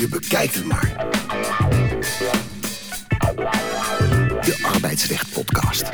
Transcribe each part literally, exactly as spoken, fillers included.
bekijkt het maar. De Arbeidsrecht Podcast.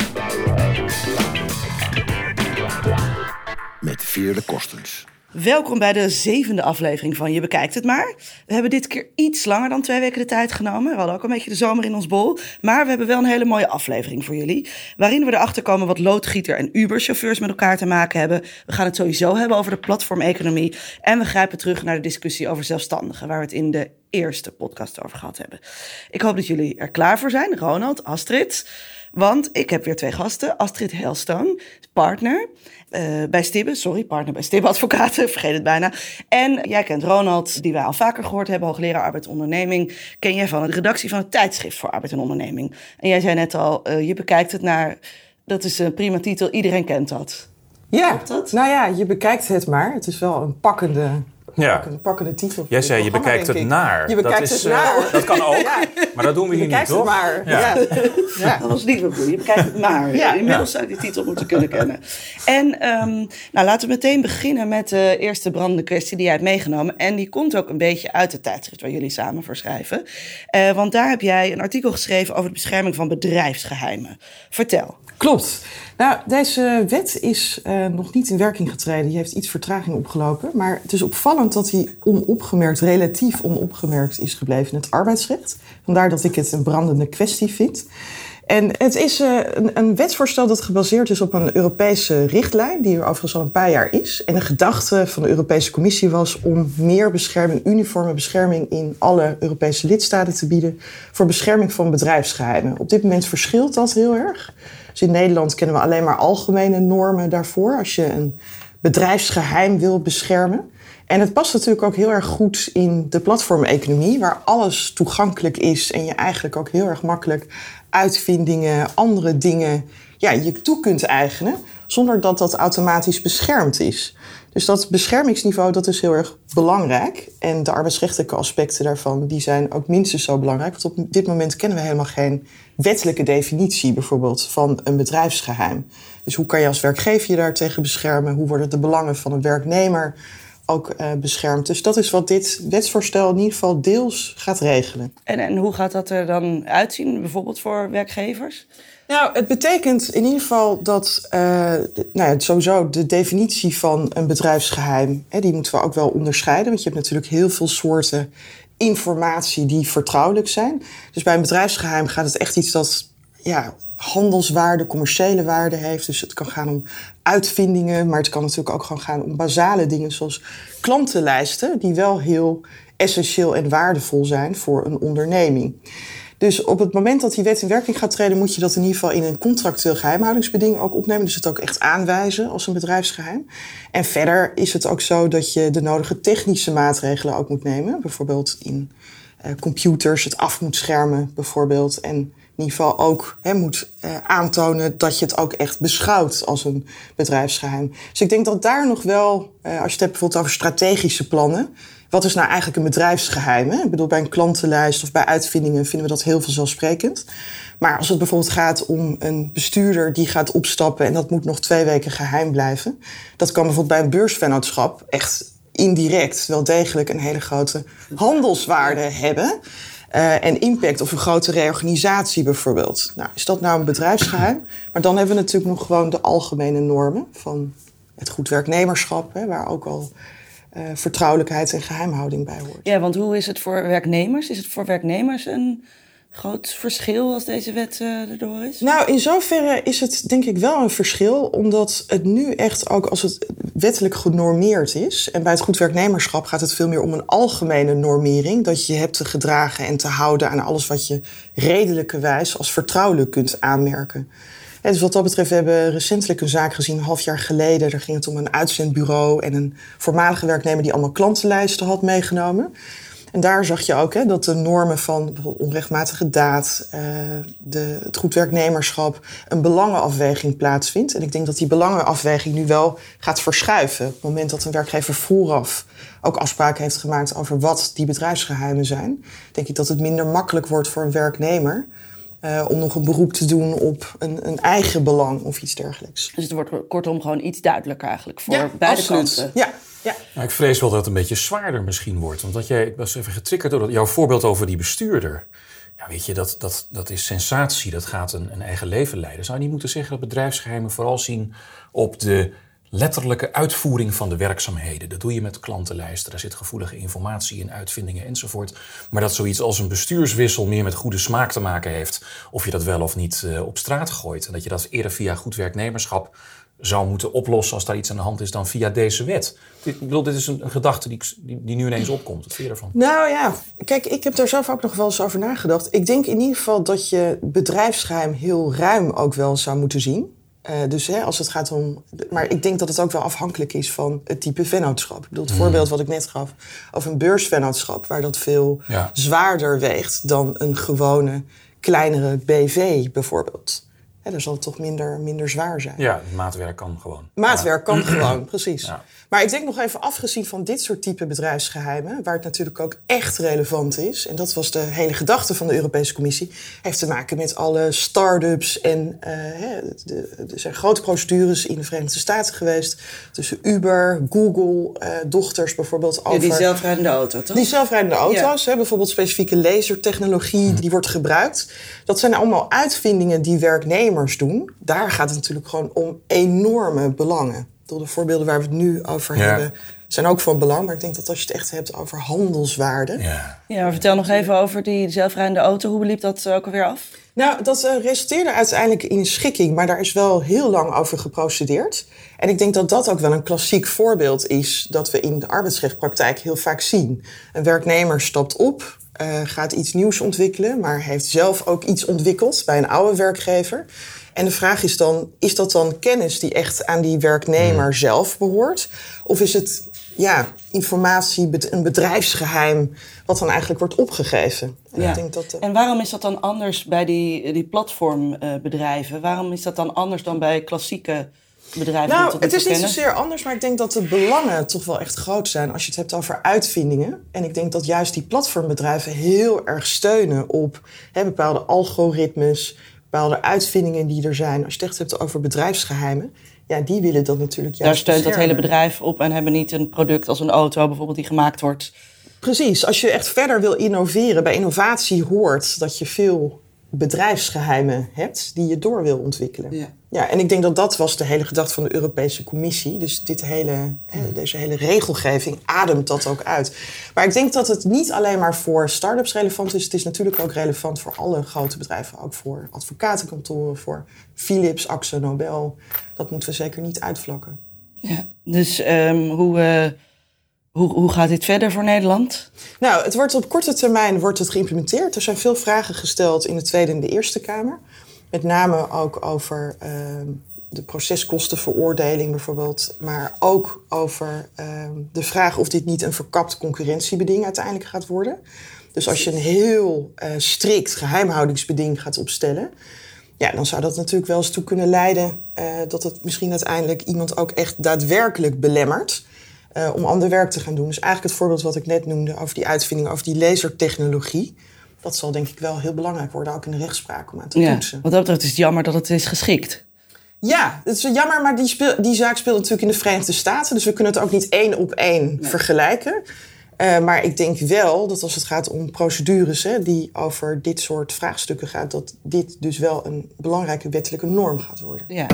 Met Veerle Kostens. Welkom bij de zevende aflevering van Je Bekijkt het maar. We hebben dit keer iets langer dan twee weken de tijd genomen. We hadden ook een beetje de zomer in ons bol. Maar we hebben wel een hele mooie aflevering voor jullie. Waarin we erachter komen wat loodgieter en Uber-chauffeurs met elkaar te maken hebben. We gaan het sowieso hebben over de platformeconomie. En we grijpen terug naar de discussie over zelfstandigen, waar we het in de eerste podcast over gehad hebben. Ik hoop dat jullie er klaar voor zijn. Ronald, Astrid. Want ik heb weer twee gasten. Astrid Helstone, partner uh, bij Stibbe. Sorry, partner bij Stibbe Advocaten. Vergeet het bijna. En jij kent Ronald, die wij al vaker gehoord hebben. Hoogleraar Arbeid en Onderneming. Ken jij van de redactie van het tijdschrift voor Arbeid en Onderneming. En jij zei net al, uh, je bekijkt het naar... Dat is een prima titel. Iedereen kent dat. Ja, dat? Nou ja, je bekijkt het maar. Het is wel een pakkende... Ja. Pakkende, pakkende titel. Jij zei, je bekijkt het naar. Je bekijkt dat is, het naar. Uh, dat kan ook, ja. Maar dat doen we je hier niet, toch? Je bekijkt het maar. Ja. Ja. Ja. Dat was niet wat bedoel. Je bekijkt het maar. Ja. Inmiddels zou ik die titel moeten kunnen kennen. En um, nou, laten we meteen beginnen met de eerste brandende kwestie die jij hebt meegenomen. En die komt ook een beetje uit het tijdschrift waar jullie samen voor schrijven. Uh, want daar heb jij een artikel geschreven over de bescherming van bedrijfsgeheimen. Vertel. Klopt. Nou, deze wet is uh, nog niet in werking getreden. Die heeft iets vertraging opgelopen. Maar het is opvallend dat die onopgemerkt, relatief onopgemerkt is gebleven in het arbeidsrecht. Vandaar dat ik het een brandende kwestie vind. En het is uh, een, een wetsvoorstel dat gebaseerd is op een Europese richtlijn, die er overigens al een paar jaar is. En de gedachte van de Europese Commissie was om meer bescherming, uniforme bescherming in alle Europese lidstaten te bieden voor bescherming van bedrijfsgeheimen. Op dit moment verschilt dat heel erg. Dus in Nederland kennen we alleen maar algemene normen daarvoor als je een bedrijfsgeheim wil beschermen. En het past natuurlijk ook heel erg goed in de platformeconomie, waar alles toegankelijk is en je eigenlijk ook heel erg makkelijk uitvindingen, andere dingen, ja, je toe kunt eigenen, zonder dat dat automatisch beschermd is. Dus dat beschermingsniveau, dat is heel erg belangrijk. En de arbeidsrechtelijke aspecten daarvan, die zijn ook minstens zo belangrijk. Want op dit moment kennen we helemaal geen wettelijke definitie, bijvoorbeeld, van een bedrijfsgeheim. Dus hoe kan je als werkgever je daartegen beschermen? Hoe worden de belangen van een werknemer ook uh, beschermd? Dus dat is wat dit wetsvoorstel in ieder geval deels gaat regelen. En, en hoe gaat dat er dan uitzien, bijvoorbeeld voor werkgevers? Nou, het betekent in ieder geval dat uh, nou ja, sowieso de definitie van een bedrijfsgeheim, hè, die moeten we ook wel onderscheiden. Want je hebt natuurlijk heel veel soorten informatie die vertrouwelijk zijn. Dus bij een bedrijfsgeheim gaat het echt iets dat ja, handelswaarde, commerciële waarde heeft. Dus het kan gaan om uitvindingen, maar het kan natuurlijk ook gewoon gaan om basale dingen zoals klantenlijsten, die wel heel essentieel en waardevol zijn voor een onderneming. Dus op het moment dat die wet in werking gaat treden, moet je dat in ieder geval in een contractueel geheimhoudingsbeding ook opnemen. Dus het ook echt aanwijzen als een bedrijfsgeheim. En verder is het ook zo dat je de nodige technische maatregelen ook moet nemen. Bijvoorbeeld in uh, computers het af moet schermen bijvoorbeeld. En in ieder geval ook he, moet uh, aantonen dat je het ook echt beschouwt als een bedrijfsgeheim. Dus ik denk dat daar nog wel, uh, als je het hebt bijvoorbeeld over strategische plannen, wat is nou eigenlijk een bedrijfsgeheim? Hè? Ik bedoel, bij een klantenlijst of bij uitvindingen vinden we dat heel vanzelfsprekend. Maar als het bijvoorbeeld gaat om een bestuurder die gaat opstappen en dat moet nog twee weken geheim blijven. Dat kan bijvoorbeeld bij een beursvennootschap echt indirect wel degelijk een hele grote handelswaarde hebben. Uh, en impact of een grote reorganisatie bijvoorbeeld. Nou, is dat nou een bedrijfsgeheim? Maar dan hebben we natuurlijk nog gewoon de algemene normen van het goed werknemerschap, hè, waar ook al Uh, vertrouwelijkheid en geheimhouding bij hoort. Ja, want hoe is het voor werknemers? Is het voor werknemers een groot verschil als deze wet uh, erdoor is? Nou, in zoverre is het denk ik wel een verschil, omdat het nu echt ook als het wettelijk genormeerd is. En bij het goed werknemerschap gaat het veel meer om een algemene normering, dat je hebt te gedragen en te houden aan alles wat je redelijkerwijs als vertrouwelijk kunt aanmerken. Ja, dus wat dat betreft, we hebben recentelijk een zaak gezien, een half jaar geleden. Daar ging het om een uitzendbureau en een voormalige werknemer die allemaal klantenlijsten had meegenomen. En daar zag je ook hè, dat de normen van bijvoorbeeld onrechtmatige daad, uh, de, het goed werknemerschap, een belangenafweging plaatsvindt. En ik denk dat die belangenafweging nu wel gaat verschuiven. Op het moment dat een werkgever vooraf ook afspraken heeft gemaakt over wat die bedrijfsgeheimen zijn, denk ik dat het minder makkelijk wordt voor een werknemer Uh, om nog een beroep te doen op een, een eigen belang of iets dergelijks. Dus het wordt kortom gewoon iets duidelijker eigenlijk voor ja, beide absoluut. kanten. Ja, Ja. Nou, ik vrees wel dat het een beetje zwaarder misschien wordt. Want dat jij, ik was even getriggerd door dat, jouw voorbeeld over die bestuurder. Ja, weet je, dat, dat, dat is sensatie. Dat gaat een, een eigen leven leiden. Zou je niet moeten zeggen dat bedrijfsgeheimen vooral zien op de letterlijke uitvoering van de werkzaamheden? Dat doe je met klantenlijsten. Daar zit gevoelige informatie in, uitvindingen enzovoort. Maar dat zoiets als een bestuurswissel meer met goede smaak te maken heeft. Of je dat wel of niet uh, op straat gooit. En dat je dat eerder via goed werknemerschap zou moeten oplossen als daar iets aan de hand is dan via deze wet. Ik bedoel, dit is een, een gedachte die, die, die nu ineens opkomt. Wat vind je ervan? Nou ja, kijk, ik heb daar zelf ook nog wel eens over nagedacht. Ik denk in ieder geval dat je bedrijfsgeheim heel ruim ook wel zou moeten zien. Uh, dus hè, als het gaat om. Maar ik denk dat het ook wel afhankelijk is van het type vennootschap. Ik bedoel, het mm. voorbeeld wat ik net gaf over een beursvennootschap, waar dat veel ja. zwaarder weegt dan een gewone kleinere B V bijvoorbeeld. Ja, dan zal het toch minder, minder zwaar zijn. Ja, maatwerk kan gewoon. Maatwerk ja. kan gewoon, precies. Ja. Maar ik denk nog even afgezien van dit soort type bedrijfsgeheimen, waar het natuurlijk ook echt relevant is, en dat was de hele gedachte van de Europese Commissie, heeft te maken met alle start-ups en uh, hè, de, er zijn grote procedures in de Verenigde Staten geweest tussen Uber, Google, uh, dochters bijvoorbeeld. Over ja, die zelfrijdende auto, toch? Die zelfrijdende auto's, ja. hè, bijvoorbeeld specifieke lasertechnologie, die wordt gebruikt. Dat zijn allemaal uitvindingen die werknemers doen. Daar gaat het natuurlijk gewoon om enorme belangen. De voorbeelden waar we het nu over ja. hebben zijn ook van belang. Maar ik denk dat als je het echt hebt over handelswaarde. Ja, ja, maar vertel nog even over die zelfrijdende auto. Hoe liep dat ook alweer af? Nou, dat uh, resulteerde uiteindelijk in een schikking. Maar daar is wel heel lang over geprocedeerd. En ik denk dat dat ook wel een klassiek voorbeeld is dat we in de arbeidsrechtpraktijk heel vaak zien. Een werknemer stapt op, uh, gaat iets nieuws ontwikkelen, maar heeft zelf ook iets ontwikkeld bij een oude werkgever. En de vraag is dan, is dat dan kennis die echt aan die werknemer hmm. zelf behoort? Of is het ja, informatie, een bedrijfsgeheim, wat dan eigenlijk wordt opgegeven? En, ja. ik denk dat, uh... en waarom is dat dan anders bij die, die platformbedrijven? Uh, waarom is dat dan anders dan bij klassieke bedrijven? Nou, het is niet zozeer anders, maar ik denk dat de belangen toch wel echt groot zijn als je het hebt over uitvindingen. En ik denk dat juist die platformbedrijven heel erg steunen op hè, bepaalde algoritmes, bepaalde uitvindingen die er zijn. Als je het echt hebt over bedrijfsgeheimen, ja, die willen dat natuurlijk juist daar steunt beschermen. Dat hele bedrijf op en hebben niet een product als een auto bijvoorbeeld die gemaakt wordt. Precies. Als je echt verder wil innoveren, bij innovatie hoort dat je veel bedrijfsgeheimen hebt die je door wil ontwikkelen. Ja. Ja, en ik denk dat dat was de hele gedachte van de Europese Commissie. Dus dit hele, hè, deze hele regelgeving ademt dat ook uit. Maar ik denk dat het niet alleen maar voor start-ups relevant is. Het is natuurlijk ook relevant voor alle grote bedrijven. Ook voor advocatenkantoren, voor Philips, Akzo Nobel. Dat moeten we zeker niet uitvlakken. Ja, dus um, hoe... Uh... Hoe, hoe gaat dit verder voor Nederland? Nou, het wordt op korte termijn wordt het geïmplementeerd. Er zijn veel vragen gesteld in de Tweede en de Eerste Kamer. Met name ook over uh, de proceskostenveroordeling bijvoorbeeld. Maar ook over uh, de vraag of dit niet een verkapt concurrentiebeding uiteindelijk gaat worden. Dus als je een heel uh, strikt geheimhoudingsbeding gaat opstellen, ja, dan zou dat natuurlijk wel eens toe kunnen leiden uh, dat het misschien uiteindelijk iemand ook echt daadwerkelijk belemmert Uh, om ander werk te gaan doen. Dus eigenlijk het voorbeeld wat ik net noemde over die uitvinding, over die lasertechnologie. Dat zal denk ik wel heel belangrijk worden, ook in de rechtspraak, om aan te ja, toetsen. Wat dat betreft is het jammer dat het is geschikt. Ja, het is jammer, maar die, speel, die zaak speelt natuurlijk in de Verenigde Staten. Dus we kunnen het ook niet één op één nee. vergelijken. Uh, maar ik denk wel dat als het gaat om procedures hè, die over dit soort vraagstukken gaat, dat dit dus wel een belangrijke wettelijke norm gaat worden. Ja.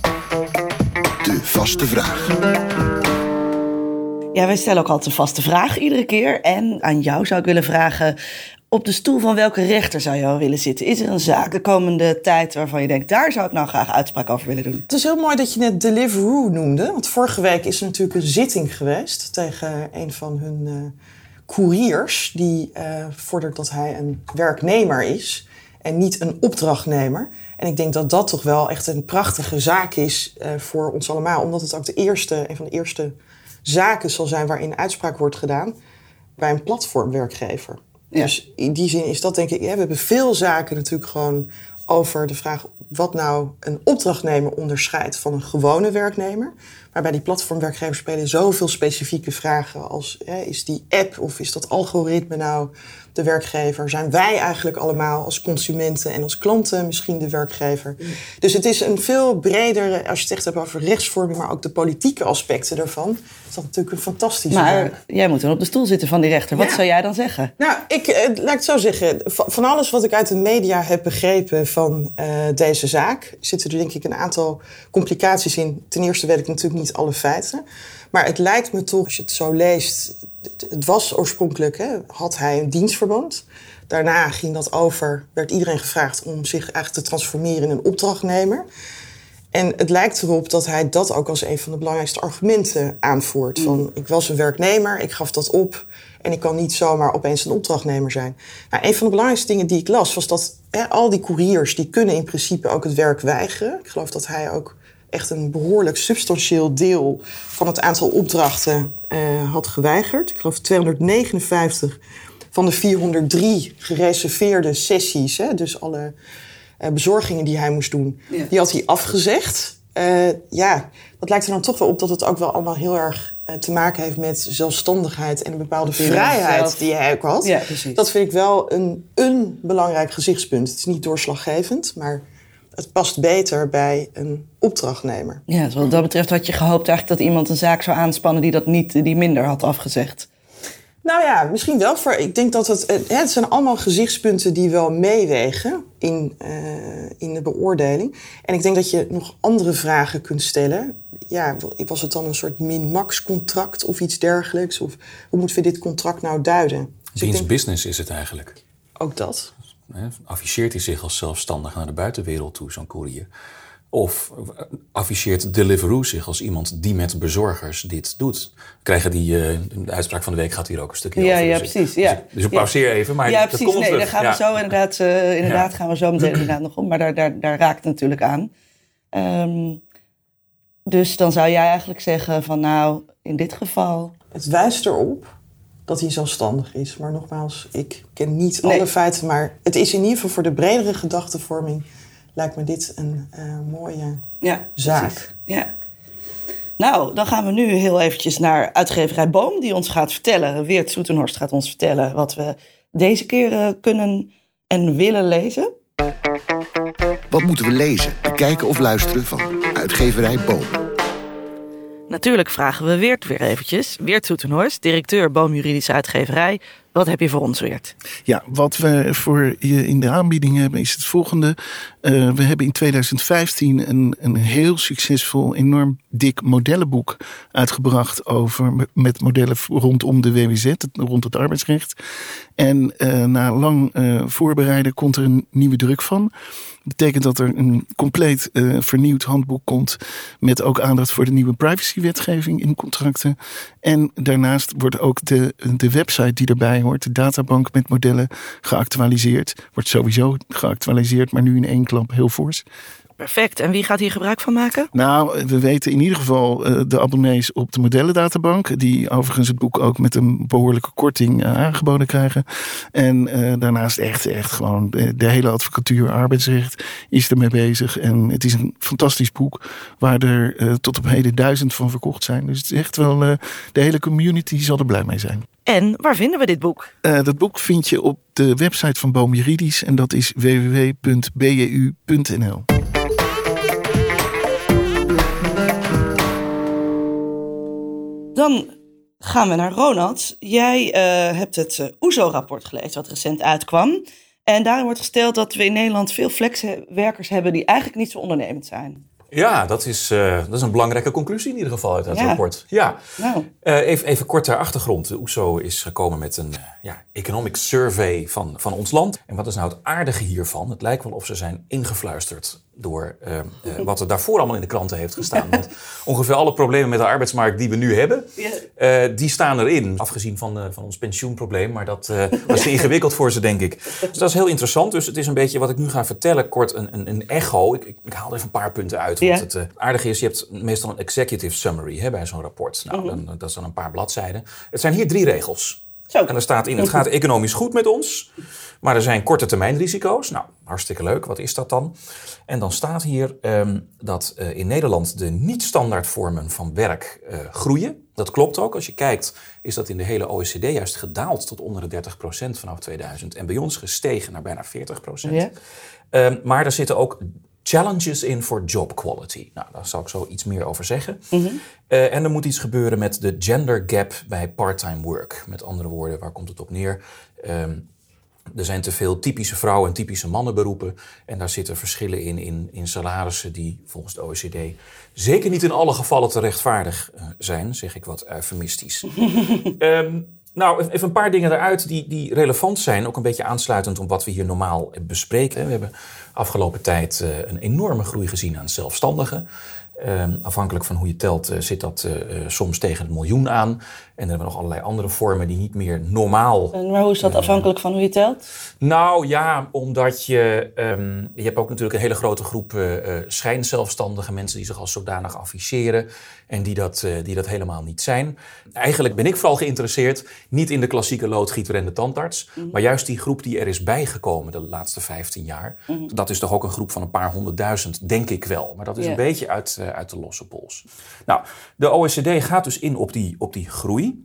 De vaste vraag. Ja, wij stellen ook altijd een vaste vraag iedere keer. En aan jou zou ik willen vragen, op de stoel van welke rechter zou je wel willen zitten? Is er een zaak de komende tijd waarvan je denkt, daar zou ik nou graag uitspraak over willen doen? Het is heel mooi dat je net Deliveroo noemde. Want vorige week is er natuurlijk een zitting geweest tegen een van hun uh, couriers, die uh, vordert dat hij een werknemer is en niet een opdrachtnemer. En ik denk dat dat toch wel echt een prachtige zaak is uh, voor ons allemaal. Omdat het ook de eerste, een van de eerste zaken zal zijn waarin uitspraak wordt gedaan bij een platformwerkgever. Ja. Dus in die zin is dat denk ik, ja, we hebben veel zaken natuurlijk gewoon over de vraag wat nou een opdrachtnemer onderscheidt van een gewone werknemer. Maar bij die platformwerkgevers spelen zoveel specifieke vragen als... Hè, is die app of is dat algoritme nou de werkgever? Zijn wij eigenlijk allemaal als consumenten en als klanten misschien de werkgever? Mm. Dus het is een veel breder, als je het echt hebt over rechtsvorming... maar ook de politieke aspecten daarvan... is dat natuurlijk een fantastische Maar werk. Jij moet dan op de stoel zitten van die rechter. Wat ja. zou jij dan zeggen? Nou, ik, eh, laat ik het zo zeggen. Van alles wat ik uit de media heb begrepen van uh, deze zaak... zitten er denk ik een aantal complicaties in. Ten eerste weet ik natuurlijk niet alle feiten. Maar het lijkt me toch, als je het zo leest... Het was oorspronkelijk, hè, had hij een dienstverband. Daarna ging dat over, werd iedereen gevraagd om zich eigenlijk te transformeren in een opdrachtnemer. En het lijkt erop dat hij dat ook als een van de belangrijkste argumenten aanvoert. Mm. Van, ik was een werknemer, ik gaf dat op en ik kan niet zomaar opeens een opdrachtnemer zijn. Nou, een van de belangrijkste dingen die ik las was dat hè, al die couriers... die kunnen in principe ook het werk weigeren. Ik geloof dat hij ook echt een behoorlijk substantieel deel van het aantal opdrachten uh, had geweigerd. Ik geloof tweehonderdnegenenvijftig van de vierhonderddrie gereserveerde sessies, hè, dus alle uh, bezorgingen die hij moest doen, ja. die had hij afgezegd. Uh, ja, dat lijkt er dan toch wel op dat het ook wel allemaal heel erg uh, te maken heeft met zelfstandigheid en een bepaalde vrijheid zelf. die hij ook had. Ja, precies. Dat vind ik wel een, een belangrijk gezichtspunt. Het is niet doorslaggevend, maar het past beter bij een opdrachtnemer. Ja, dus wat dat betreft had je gehoopt eigenlijk dat iemand een zaak zou aanspannen die dat niet, die minder had afgezegd. Nou ja, misschien wel. Voor, ik denk dat het, het zijn allemaal gezichtspunten die wel meewegen in, uh, in de beoordeling. En ik denk dat je nog andere vragen kunt stellen. Ja, was het dan een soort min-max contract of iets dergelijks? Of hoe moeten we dit contract nou duiden? Dus Wiens denk, business is het eigenlijk? Ook dat. Afficheert hij zich als zelfstandig naar de buitenwereld toe, zo'n courier? Of afficheert Deliveroo zich als iemand die met bezorgers dit doet? Krijgen die, uh, de uitspraak van de week gaat hier ook een stukje ja, over. Ja, dus precies. Ik, ja. Dus, dus ik pauzeer ja. even, maar ja, dat precies. komt nee, terug. daar gaan ja. we zo inderdaad, uh, inderdaad, ja. gaan we zo meteen inderdaad nog om. Maar daar, daar, daar raakt het natuurlijk aan. Um, dus dan zou jij eigenlijk zeggen van nou, in dit geval... Het wijst erop dat hij zelfstandig is. Maar nogmaals, ik ken niet nee. alle feiten. Maar het is in ieder geval voor de bredere gedachtenvorming... lijkt me dit een uh, mooie ja, zaak. Precies. Ja. Nou, dan gaan we nu heel eventjes naar uitgeverij Boom... die ons gaat vertellen, Weert Soetenhorst gaat ons vertellen... wat we deze keer uh, kunnen en willen lezen. Wat moeten we lezen, bekijken of luisteren van uitgeverij Boom? Natuurlijk vragen we Weert weer eventjes. Weert Soetenhorst, directeur Boom Juridische Uitgeverij. Wat heb je voor ons, Weert? Ja, wat we voor je in de aanbieding hebben is het volgende. Uh, we hebben in tweeduizend vijftien een, een heel succesvol, enorm dik modellenboek uitgebracht over met modellen rondom de W W Z, het, rond het arbeidsrecht. En uh, na lang uh, voorbereiden komt er een nieuwe druk van. Dat betekent dat er een compleet uh, vernieuwd handboek komt met ook aandacht voor de nieuwe privacywetgeving in contracten. En daarnaast wordt ook de, de website die erbij hoort, de databank met modellen, geactualiseerd. Wordt sowieso geactualiseerd, maar nu in één klap heel fors. Perfect. En wie gaat hier gebruik van maken? Nou, we weten in ieder geval uh, de abonnees op de modellendatabank. Die overigens het boek ook met een behoorlijke korting uh, aangeboden krijgen. En uh, daarnaast echt, echt gewoon de, de hele advocatuur arbeidsrecht is ermee bezig. En het is een fantastisch boek waar er uh, tot op heden duizend van verkocht zijn. Dus het is echt wel, uh, de hele community zal er blij mee zijn. En waar vinden we dit boek? Uh, dat boek vind je op de website van Boom Juridisch. En dat is w w w punt b j u punt n l. Dan gaan we naar Ronald. Jij uh, hebt het uh, O E S O-rapport gelezen wat recent uitkwam. En daarin wordt gesteld dat we in Nederland veel flexwerkers hebben die eigenlijk niet zo ondernemend zijn. Ja, dat is, uh, dat is een belangrijke conclusie in ieder geval uit het ja. rapport. Ja. Nou. Uh, even, even kort ter achtergrond. De O E S O is gekomen met een uh, ja, economic survey van, van ons land. En wat is nou het aardige hiervan? Het lijkt wel of ze zijn ingefluisterd door uh, uh, wat er daarvoor allemaal in de kranten heeft gestaan. Want ongeveer alle problemen met de arbeidsmarkt die we nu hebben, uh, die staan erin. Afgezien van, uh, van ons pensioenprobleem, maar dat uh, was te ingewikkeld voor ze, denk ik. Dus dat is heel interessant. Dus het is een beetje wat ik nu ga vertellen, kort een, een, een echo. Ik, ik, ik haal er even een paar punten uit. Want ja. het uh, aardige is, je hebt meestal een executive summary hè, bij zo'n rapport. Nou, dan, dat is dan een paar bladzijden. Het zijn hier drie regels. Zo. En er staat in, het gaat economisch goed met ons, maar er zijn korte termijn risico's. Nou, hartstikke leuk. Wat is dat dan? En dan staat hier um, dat uh, in Nederland de niet-standaard vormen van werk uh, groeien. Dat klopt ook. Als je kijkt, is dat in de hele O E C D juist gedaald tot onder de dertig procent vanaf tweeduizend. En bij ons gestegen naar bijna veertig procent. Ja. Um, maar er zitten ook challenges in voor job quality. Nou, daar zal ik zo iets meer over zeggen. Mm-hmm. Uh, en er moet iets gebeuren met de gender gap bij part-time work. Met andere woorden, waar komt het op neer? Um, er zijn te veel typische vrouwen- en typische mannenberoepen. En daar zitten verschillen in, in, in salarissen die volgens de O E C D zeker niet in alle gevallen te rechtvaardig uh, zijn. Zeg ik wat eufemistisch. um, Nou, even een paar dingen eruit die, die relevant zijn. Ook een beetje aansluitend op wat we hier normaal bespreken. We hebben afgelopen tijd uh, een enorme groei gezien aan zelfstandigen. Uh, afhankelijk van hoe je telt uh, zit dat uh, uh, soms tegen het miljoen aan. En dan hebben we nog allerlei andere vormen die niet meer normaal... En maar hoe is dat uh, afhankelijk van hoe je telt? Nou ja, omdat je... Um, je hebt ook natuurlijk een hele grote groep uh, schijnzelfstandige mensen die zich als zodanig afficheren. En die dat, uh, die dat helemaal niet zijn. Eigenlijk ben ik vooral geïnteresseerd niet in de klassieke loodgieter en de tandarts. Mm-hmm. Maar juist die groep die er is bijgekomen de laatste vijftien jaar. Mm-hmm. Dat is toch ook een groep van een paar honderdduizend, denk ik wel. Maar dat is yeah. een beetje uit, uh, uit de losse pols. Nou, de O E C D gaat dus in op die, op die groei.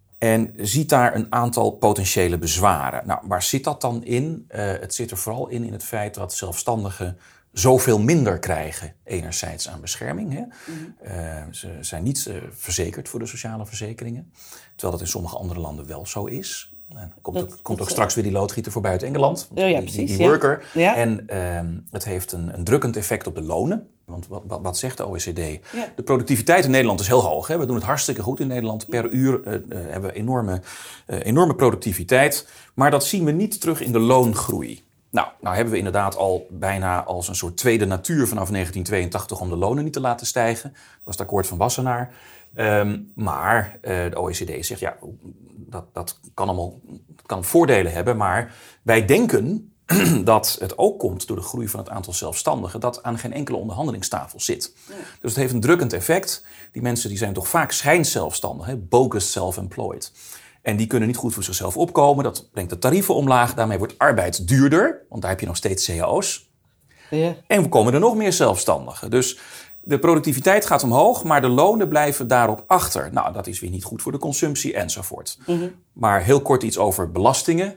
En ziet daar een aantal potentiële bezwaren. Nou, waar zit dat dan in? Uh, het zit er vooral in in het feit dat zelfstandigen zoveel minder krijgen, enerzijds aan bescherming. Hè? Mm-hmm. Uh, ze zijn niet uh, verzekerd voor de sociale verzekeringen. Terwijl dat in sommige andere landen wel zo is. Uh, komt dat, ook, komt dat, ook straks weer die loodgieter voorbij uit Engeland. Oh ja, die, precies, die, die ja. worker. Ja. En uh, het heeft een, een drukkend effect op de lonen. Want wat, wat, wat zegt de O E C D? Ja. De productiviteit in Nederland is heel hoog. Hè? We doen het hartstikke goed in Nederland. Per uur uh, uh, hebben we enorme, uh, enorme productiviteit. Maar dat zien we niet terug in de loongroei. Nou, nou hebben we inderdaad al bijna als een soort tweede natuur vanaf negentien tweeëntachtig om de lonen niet te laten stijgen. Dat was het akkoord van Wassenaar. Um, maar uh, de O E C D zegt, ja, dat, dat kan allemaal kan voordelen hebben. Maar wij denken dat het ook komt door de groei van het aantal zelfstandigen dat aan geen enkele onderhandelingstafel zit. Ja. Dus het heeft een drukkend effect. Die mensen die zijn toch vaak schijnzelfstandig, hè? Bogus self-employed. En die kunnen niet goed voor zichzelf opkomen. Dat brengt de tarieven omlaag. Daarmee wordt arbeid duurder. Want daar heb je nog steeds C A O's. Ja. En we komen er nog meer zelfstandigen. Dus de productiviteit gaat omhoog. Maar de lonen blijven daarop achter. Nou, dat is weer niet goed voor de consumptie enzovoort. Mm-hmm. Maar heel kort iets over belastingen.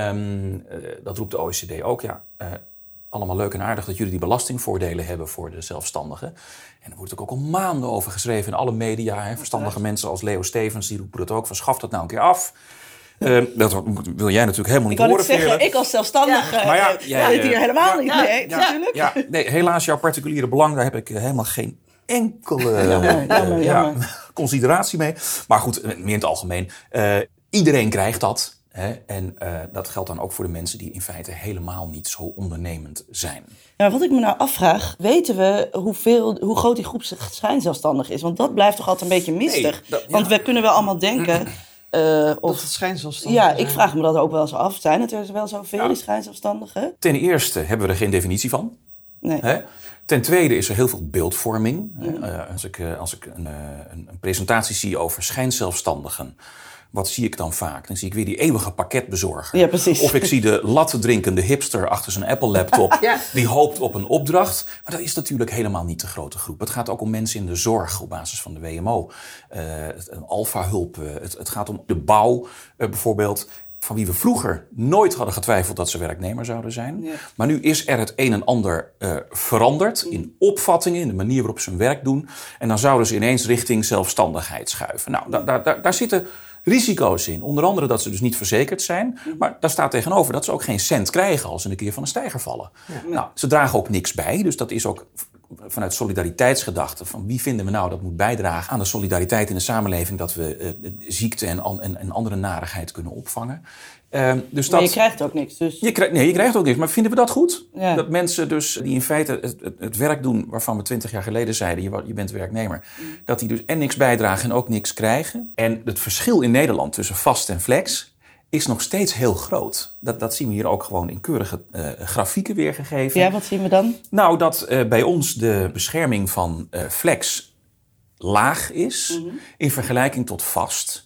Um, uh, dat roept de O E C D ook. Ja, uh, allemaal leuk en aardig dat jullie die belastingvoordelen hebben voor de zelfstandigen. En er wordt ook al maanden over geschreven in alle media. Hè. Verstandige mensen als Leo Stevens, die roepen dat ook. Van schaf dat nou een keer af. Uh, dat wil jij natuurlijk helemaal niet ik horen. Ik zeggen, ik als zelfstandige ja. Maar ja, ja, ja, ja, hier helemaal ja, niet. Nee, ja, natuurlijk. Ja, nee, helaas jouw particuliere belang, daar heb ik helemaal geen enkele jammer, jammer, ja, jammer. consideratie mee. Maar goed, meer in het algemeen. Uh, iedereen krijgt dat. He, en uh, dat geldt dan ook voor de mensen die in feite helemaal niet zo ondernemend zijn. Ja, wat ik me nou afvraag, weten we hoeveel, hoe groot die groep schijnzelfstandig is? Want dat blijft toch altijd een beetje mistig? Nee, dat, ja. Want we kunnen wel allemaal denken... Uh, of, dat het schijnzelfstandigen Ja, ik vraag me dat ook wel eens af. Zijn het er wel zoveel, ja. die schijnzelfstandigen? Ten eerste hebben we er geen definitie van. Nee. He? Ten tweede is er heel veel beeldvorming. Ja. Uh, als ik, uh, als ik een, uh, een, een presentatie zie over schijnzelfstandigen... Wat zie ik dan vaak? Dan zie ik weer die eeuwige pakketbezorger. Ja, precies. Of ik zie de latte-drinkende hipster achter zijn Apple-laptop. Ja. Die hoopt op een opdracht. Maar dat is natuurlijk helemaal niet de grote groep. Het gaat ook om mensen in de zorg op basis van de W M O. Uh, Alpha-hulp. Uh, het, het gaat om de bouw uh, bijvoorbeeld. Van wie we vroeger nooit hadden getwijfeld dat ze werknemer zouden zijn. Ja. Maar nu is er het een en ander uh, veranderd in opvattingen, in de manier waarop ze hun werk doen. En dan zouden ze ineens richting zelfstandigheid schuiven. Nou, da- da- da- daar zitten risico's in. Onder andere dat ze dus niet verzekerd zijn. Maar daar staat tegenover dat ze ook geen cent krijgen als ze een keer van een steiger vallen. Ja. Nou, ze dragen ook niks bij. Dus dat is ook vanuit solidariteitsgedachte. Van wie vinden we nou dat moet bijdragen aan de solidariteit in de samenleving. Dat we uh, ziekte en, en, en andere narigheid kunnen opvangen. Uh, dus maar dat, je krijgt ook niks. Dus... Je krijgt, nee, je krijgt ook niks. Maar vinden we dat goed? Ja. Dat mensen dus die in feite het, het, het werk doen waarvan we twintig jaar geleden zeiden, je, je bent werknemer. Mm. Dat die dus en niks bijdragen en ook niks krijgen. En het verschil in Nederland tussen vast en flex is nog steeds heel groot. Dat, dat zien we hier ook gewoon in keurige uh, grafieken weergegeven. Ja, wat zien we dan? Nou, dat uh, bij ons de bescherming van uh, flex laag is mm-hmm. in vergelijking tot vast.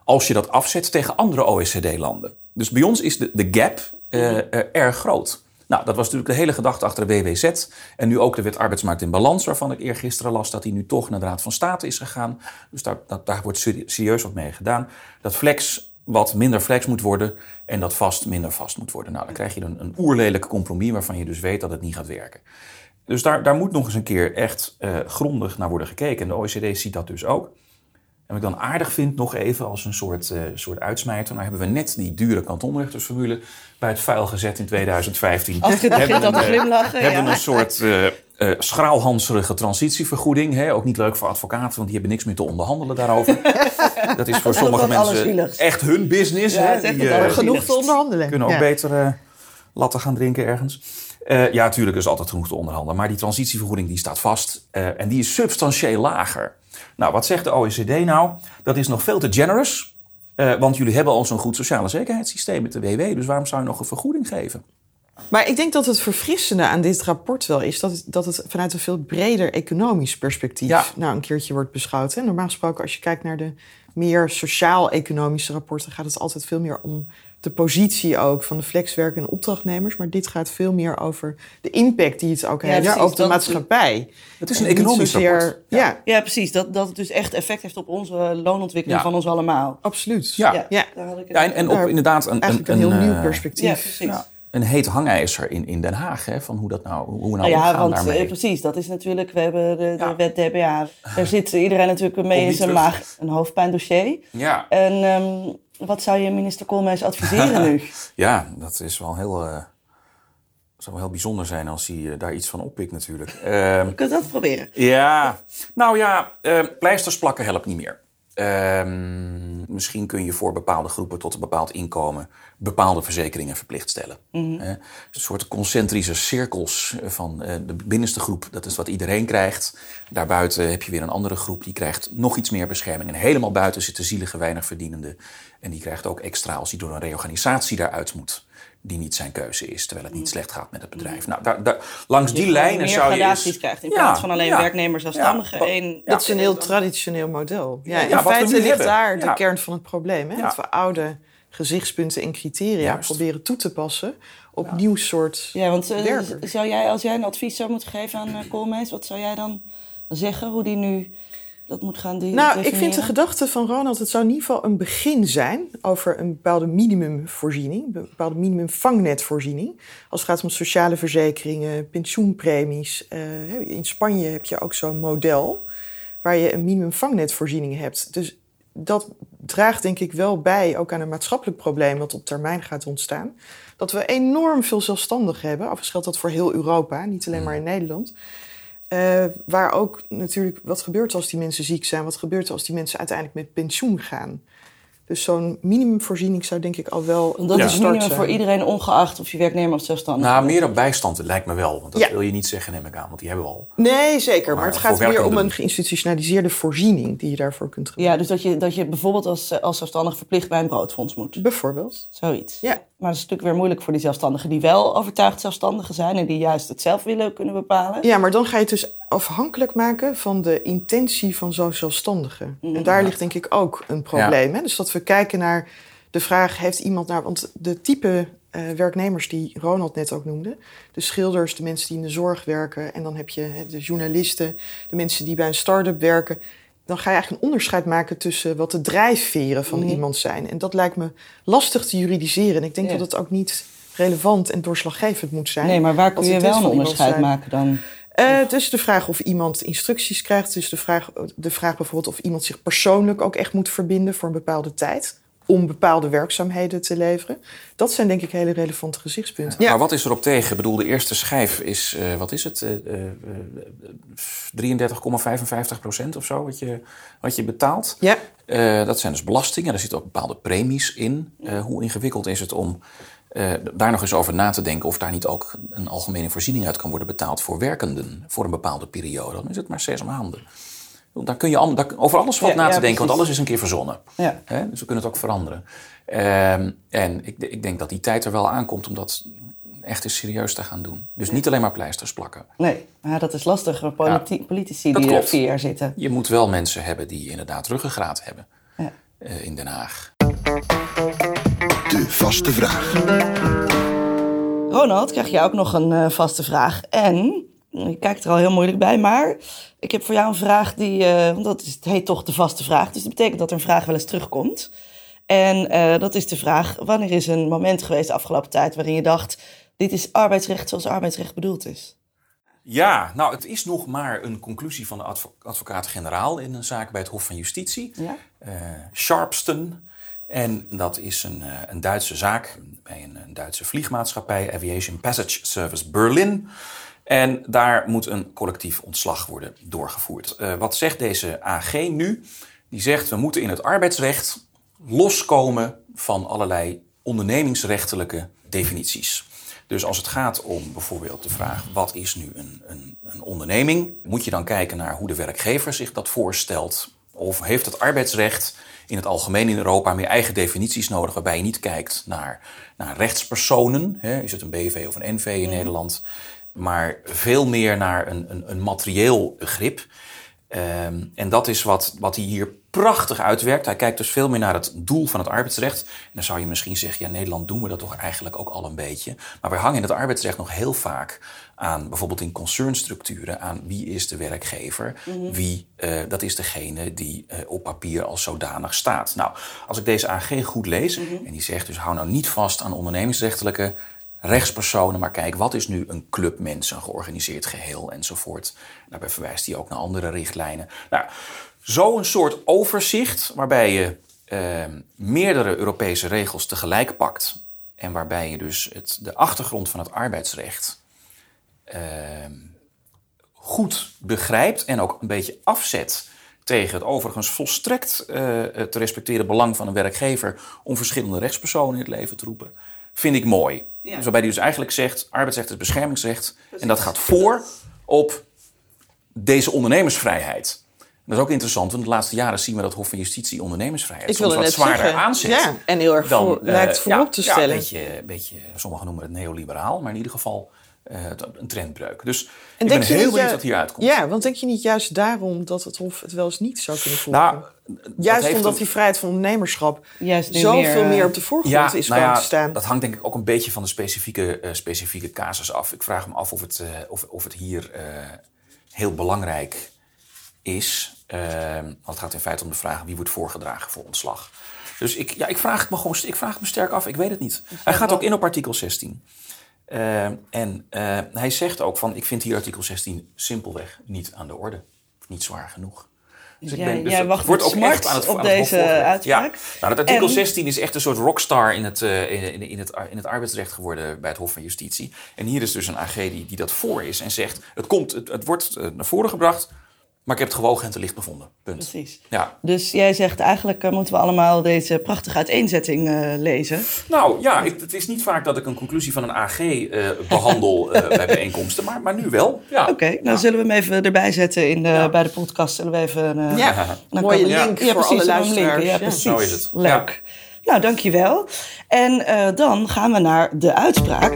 als je dat afzet tegen andere O E C D-landen. Dus bij ons is de, de gap uh, uh, erg groot. Nou, dat was natuurlijk de hele gedachte achter de W W Z. En nu ook de wet arbeidsmarkt in balans, waarvan ik eergisteren las dat die nu toch naar de Raad van State is gegaan. Dus daar, dat, daar wordt serieus wat mee gedaan. Dat flex wat minder flex moet worden en dat vast minder vast moet worden. Nou, dan krijg je een, een oerlelijk compromis waarvan je dus weet dat het niet gaat werken. Dus daar, daar moet nog eens een keer echt uh, grondig naar worden gekeken. En de O E C D ziet dat dus ook. En wat ik dan aardig vind, nog even als een soort, uh, soort uitsmijter. Nou hebben we net die dure kantonrechtersformule bij het vuil gezet in tweeduizend vijftien. Astrid begint al te glimlachen. Hebben ja. een soort uh, uh, schraalhanserige transitievergoeding. Hè? Ook niet leuk voor advocaten, want die hebben niks meer te onderhandelen daarover. Dat is voor Dat is sommige ook mensen allerzieligs. echt hun business. Ja, hè? het is echt Die, het uh, allerzieligs. Genoeg te onderhandelen. kunnen ook Ja. beter uh, latten gaan drinken ergens. Uh, ja, natuurlijk is altijd genoeg te onderhandelen. Maar die transitievergoeding die staat vast. Uh, en die is substantieel lager. Nou, wat zegt de O E C D nou? Dat is nog veel te generous. Uh, want jullie hebben al zo'n goed sociale zekerheidssysteem met de W W. Dus waarom zou je nog een vergoeding geven? Maar ik denk dat het verfrissende aan dit rapport wel is dat het, dat het vanuit een veel breder economisch perspectief Ja. nou een keertje wordt beschouwd. Hè. Normaal gesproken, als je kijkt naar de meer sociaal-economische rapporten, gaat het altijd veel meer om de positie ook van de flexwerkende opdrachtnemers. Maar dit gaat veel meer over de impact die het ook Ja, heeft precies, op de dat- maatschappij. Het is een En niet economisch zozeer- rapport. Ja, Ja, precies. Dat, dat het dus echt effect heeft op onze loonontwikkeling Ja. van ons allemaal. absoluut. Ja. Ja, Ja. daar had ik het Ja, en, en op Daar- inderdaad een, Eigenlijk een, een, heel een, nieuw uh, perspectief. Ja, precies. ja, een heet hangijzer in, in Den Haag. Hè, van hoe, dat nou, hoe we nou Nou ja, omgaan want daarmee. eh, precies, dat is natuurlijk, we hebben de, de Ja. wet D B A. Daar zit iedereen natuurlijk mee Komt in niet zijn terug. maag. Een hoofdpijndossier. Ja. En ehm, wat zou je minister Koolmees adviseren nu? ja, dat is wel heel, uh, zou wel heel bijzonder zijn als hij uh, daar iets van oppikt natuurlijk. Ehm, Je kunt dat proberen. Ja, nou ja, uh, pleisters plakken helpt niet meer. Um, misschien kun je voor bepaalde groepen tot een bepaald inkomen bepaalde verzekeringen verplicht stellen. Mm-hmm. Uh, een soort concentrische cirkels van uh, de binnenste groep, dat is wat iedereen krijgt. Daarbuiten heb je weer een andere groep, die krijgt nog iets meer bescherming. En helemaal buiten zitten zielige, weinig verdienende. En die krijgt ook extra als hij door een reorganisatie daaruit moet, die niet zijn keuze is, terwijl het niet slecht gaat met het bedrijf. Nou, daar, daar, langs die Je lijnen meer zou je gradaties eens... krijgt in Ja, plaats van alleen ja, werknemers, zelfstandigen. ja, één- Dat is een heel traditioneel model. Ja, in Ja, wat we feite nu ligt hebben. daar de Ja. kern van het probleem. Hè? Ja. Dat we oude gezichtspunten en criteria Juist. proberen toe te passen op nieuw soort Ja, want eh, werkers. zou jij, als jij een advies zou moeten geven aan uh, Koolmees, wat zou jij dan zeggen? Hoe die nu dat moet gaan de- Nou, ik definiëren? vind de gedachte van Ronald, het zou in ieder geval een begin zijn over een bepaalde minimumvoorziening, een bepaalde minimumvangnetvoorziening. Als het gaat om sociale verzekeringen, pensioenpremies. Uh, in Spanje heb je ook zo'n model waar je een minimumvangnetvoorziening hebt. Dus dat draagt denk ik wel bij, ook aan een maatschappelijk probleem dat op termijn gaat ontstaan. Dat we enorm veel zelfstandigen hebben. Overigens geldt dat voor heel Europa, niet alleen maar in Nederland. Uh, waar ook natuurlijk, wat gebeurt als die mensen ziek zijn? Wat gebeurt als die mensen uiteindelijk met pensioen gaan? Dus zo'n minimumvoorziening zou denk ik al wel Want dat Ja. is start minimum zijn. voor iedereen, ongeacht of je werknemer of zelfstandig Nou, bent. meer op bijstand lijkt me wel. Want dat Ja. wil je niet zeggen, neem ik aan. Want die hebben we al. Nee, zeker. Maar, Maar het voor gaat meer om werkenden- een geïnstitutionaliseerde voorziening die je daarvoor kunt gebruiken. Ja, dus dat je, dat je bijvoorbeeld als, als zelfstandig verplicht bij een broodfonds moet. Bijvoorbeeld. Zoiets. Ja. Maar dat is natuurlijk weer moeilijk voor die zelfstandigen die wel overtuigd zelfstandigen zijn en die juist het zelf willen kunnen bepalen. Ja, maar dan ga je het dus afhankelijk maken van de intentie van zo'n zelfstandige. En daar ligt denk ik ook een probleem. Hè? Dus dat we kijken naar de vraag, heeft iemand nou... Want de type uh, werknemers die Ronald net ook noemde, de schilders, de mensen die in de zorg werken, en dan heb je hè, de journalisten, de mensen die bij een start-up werken, dan ga je eigenlijk een onderscheid maken tussen wat de drijfveren van Mm-hmm. iemand zijn. En dat lijkt me lastig te juridiseren. En ik denk Ja. dat het ook niet relevant en doorslaggevend moet zijn. Nee, maar waar kun Wat je het wel is een van iemand onderscheid zijn. maken dan? Uh, het is de vraag of iemand instructies krijgt. Het is de vraag, de vraag bijvoorbeeld of iemand zich persoonlijk ook echt moet verbinden voor een bepaalde tijd, om bepaalde werkzaamheden te leveren. Dat zijn denk ik hele relevante gezichtspunten. Ja. Maar wat is er op tegen? Ik bedoel, de eerste schijf is, uh, wat is het? Uh, uh, drieëndertig komma vijfenvijftig procent of zo, wat je, wat je betaalt. Ja. Uh, dat zijn dus belastingen. Daar zitten ook bepaalde premies in. Uh, hoe ingewikkeld is het om uh, daar nog eens over na te denken of daar niet ook een algemene voorziening uit kan worden betaald voor werkenden voor een bepaalde periode? Dan is het maar zes maanden. Daar kun je al, daar, over alles wat Ja, na te ja, denken, want precies. alles is een keer verzonnen. Ja. Hè? Dus we kunnen het ook veranderen. Um, en ik, ik denk dat die tijd er wel aankomt om dat echt eens serieus te gaan doen. Dus niet alleen maar pleisters plakken. Nee, maar dat is lastig voor politi- Ja, politici dat die er klopt. vier jaar zitten. Je moet wel mensen hebben die inderdaad ruggengraat hebben. Ja. uh, in Den Haag. De vaste vraag. Ronald, krijg jij ook nog een uh, vaste vraag. En, je kijkt er al heel moeilijk bij, maar ik heb voor jou een vraag die, uh, want dat is, het heet toch de vaste vraag. Dus dat betekent dat er een vraag wel eens terugkomt. En uh, dat is de vraag, wanneer is een moment geweest de afgelopen tijd waarin je dacht, dit is arbeidsrecht zoals arbeidsrecht bedoeld is? Ja, nou het is nog maar een conclusie van de advo- advocaat-generaal in een zaak bij het Hof van Justitie. Ja? Uh, Sharpston. En dat is een, uh, een Duitse zaak bij een, een Duitse vliegmaatschappij, Aviation Passage Service Berlin. En daar moet een collectief ontslag worden doorgevoerd. Uh, wat zegt deze A G nu? Die zegt, we moeten in het arbeidsrecht loskomen van allerlei ondernemingsrechtelijke definities. Dus als het gaat om bijvoorbeeld de vraag, wat is nu een, een, een onderneming? Moet je dan kijken naar hoe de werkgever zich dat voorstelt? Of heeft het arbeidsrecht in het algemeen in Europa meer eigen definities nodig, waarbij je niet kijkt naar, naar rechtspersonen? Hè? Is het een B V of een N V in mm. Nederland? Maar veel meer naar een, een, een materieel begrip. Um, en dat is wat, wat hij hier prachtig uitwerkt. Hij kijkt dus veel meer naar het doel van het arbeidsrecht. En dan zou je misschien zeggen, ja, in Nederland doen we dat toch eigenlijk ook al een beetje. Maar wij hangen in het arbeidsrecht nog heel vaak aan, bijvoorbeeld in concernstructuren, aan wie is de werkgever, mm-hmm. wie, uh, dat is degene die uh, op papier als zodanig staat. Nou, als ik deze A G goed lees, mm-hmm. en die zegt dus, hou nou niet vast aan ondernemingsrechtelijke rechtspersonen, maar kijk, wat is nu een club mensen, een georganiseerd geheel enzovoort. Daarbij verwijst hij ook naar andere richtlijnen. Nou, zo'n soort overzicht waarbij je uh, meerdere Europese regels tegelijk pakt en waarbij je dus het, de achtergrond van het arbeidsrecht uh, goed begrijpt en ook een beetje afzet tegen het overigens volstrekt uh, te respecteren belang van een werkgever om verschillende rechtspersonen in het leven te roepen, vind ik mooi. Ja. Dus waarbij hij dus eigenlijk zegt, arbeidsrecht is beschermingsrecht. Precies. En dat gaat voor op deze ondernemersvrijheid. Dat is ook interessant, want de laatste jaren zien we dat Hof van Justitie ondernemersvrijheid soms wat zwaarder zeggen. aanzet. Ja, en heel erg dan, voor, uh, lijkt voorop ja, te stellen. Ja, een beetje, beetje, sommigen noemen het neoliberaal, maar in ieder geval uh, een trendbreuk. Dus en ik ben heel benieuwd ju- wat hier uitkomt. Ja, want denk je niet juist daarom dat het Hof het wel eens niet zou kunnen volgen? Nou, juist omdat een, die vrijheid van ondernemerschap juist zoveel meer, meer op de voorgrond ja, is nou komen ja, te staan. Dat hangt denk ik ook een beetje van de specifieke, uh, specifieke casus af. Ik vraag me af of het, uh, of, of het hier uh, heel belangrijk is. Uh, want het gaat in feite om de vraag wie wordt voorgedragen voor ontslag. Dus ik, ja, ik, vraag het me gewoon, ik vraag het me sterk af, ik weet het niet. Hij gaat ook in op artikel zestien. Uh, en uh, hij zegt ook van, ik vind hier artikel zestien simpelweg niet aan de orde. Niet zwaar genoeg. Dus ik jij, ben, dus jij wacht wordt ook echt aan het, op aan het deze uitspraak. Ja. Nou, dat artikel en... zestien is echt een soort rockstar in het, uh, in, in, het, in het arbeidsrecht geworden bij het Hof van Justitie. En hier is dus een A G die, die dat voor is en zegt, het, komt, het, het wordt uh, naar voren gebracht, maar ik heb het gewogen en te licht bevonden. Punt. Precies. Ja. Dus jij zegt eigenlijk uh, moeten we allemaal deze prachtige uiteenzetting uh, lezen. Nou ja, ik, het is niet vaak dat ik een conclusie van een A G uh, behandel uh, bij bijeenkomsten, maar, maar nu wel. Ja. Oké, okay, nou ja. Zullen we hem even erbij zetten in de, ja. bij de podcast. Zullen we even uh, ja. een mooie link ja, voor precies, alle luisteraars. Ja, ja, precies. Zo is het. Leuk. Ja. Nou, dankjewel. En uh, dan gaan we naar de uitspraak.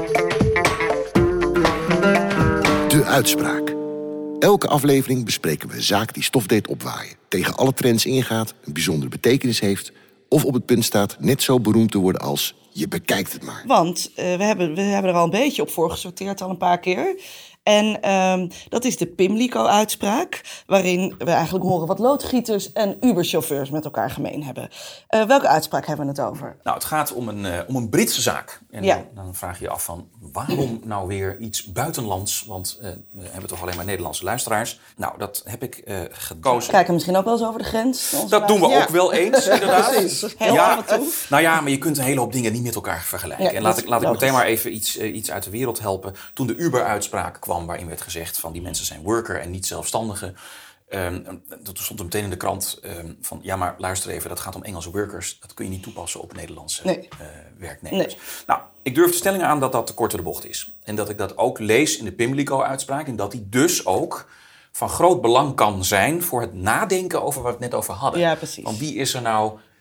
De uitspraak. Elke aflevering bespreken we een zaak die stof deed opwaaien, tegen alle trends ingaat, een bijzondere betekenis heeft of op het punt staat net zo beroemd te worden als je bekijkt het maar. Want uh, we, hebben, we hebben er al een beetje op voor gesorteerd al een paar keer. En um, dat is de Pimlico-uitspraak, waarin we eigenlijk horen wat loodgieters en Uber-chauffeurs met elkaar gemeen hebben. Uh, welke uitspraak hebben we het over? Nou, het gaat om een, uh, om een Britse zaak. En ja. dan, dan vraag je je af van, waarom nou weer iets buitenlands? Want uh, we hebben toch alleen maar Nederlandse luisteraars. Nou, dat heb ik uh, gekozen. Kijken misschien ook wel eens over de grens? Dat doen we ja. ook wel eens, inderdaad. Heel ja, af en toe. Nou ja, maar je kunt een hele hoop dingen niet met elkaar vergelijken. Ja, en laat ik, laat ik meteen maar even iets, uh, iets uit de wereld helpen. Toen de Uber-uitspraak kwam, waarin werd gezegd van die mensen zijn worker en niet zelfstandigen. Um, dat stond er meteen in de krant um, van, ja maar luister even, dat gaat om Engelse workers. Dat kun je niet toepassen op Nederlandse nee. uh, werknemers. Nee. Nou, ik durf de stelling aan dat dat te kort door de bocht is. En dat ik dat ook lees in de Pimlico-uitspraak. En dat die dus ook van groot belang kan zijn voor het nadenken over wat we het net over hadden. Ja, precies. Want wie is er nou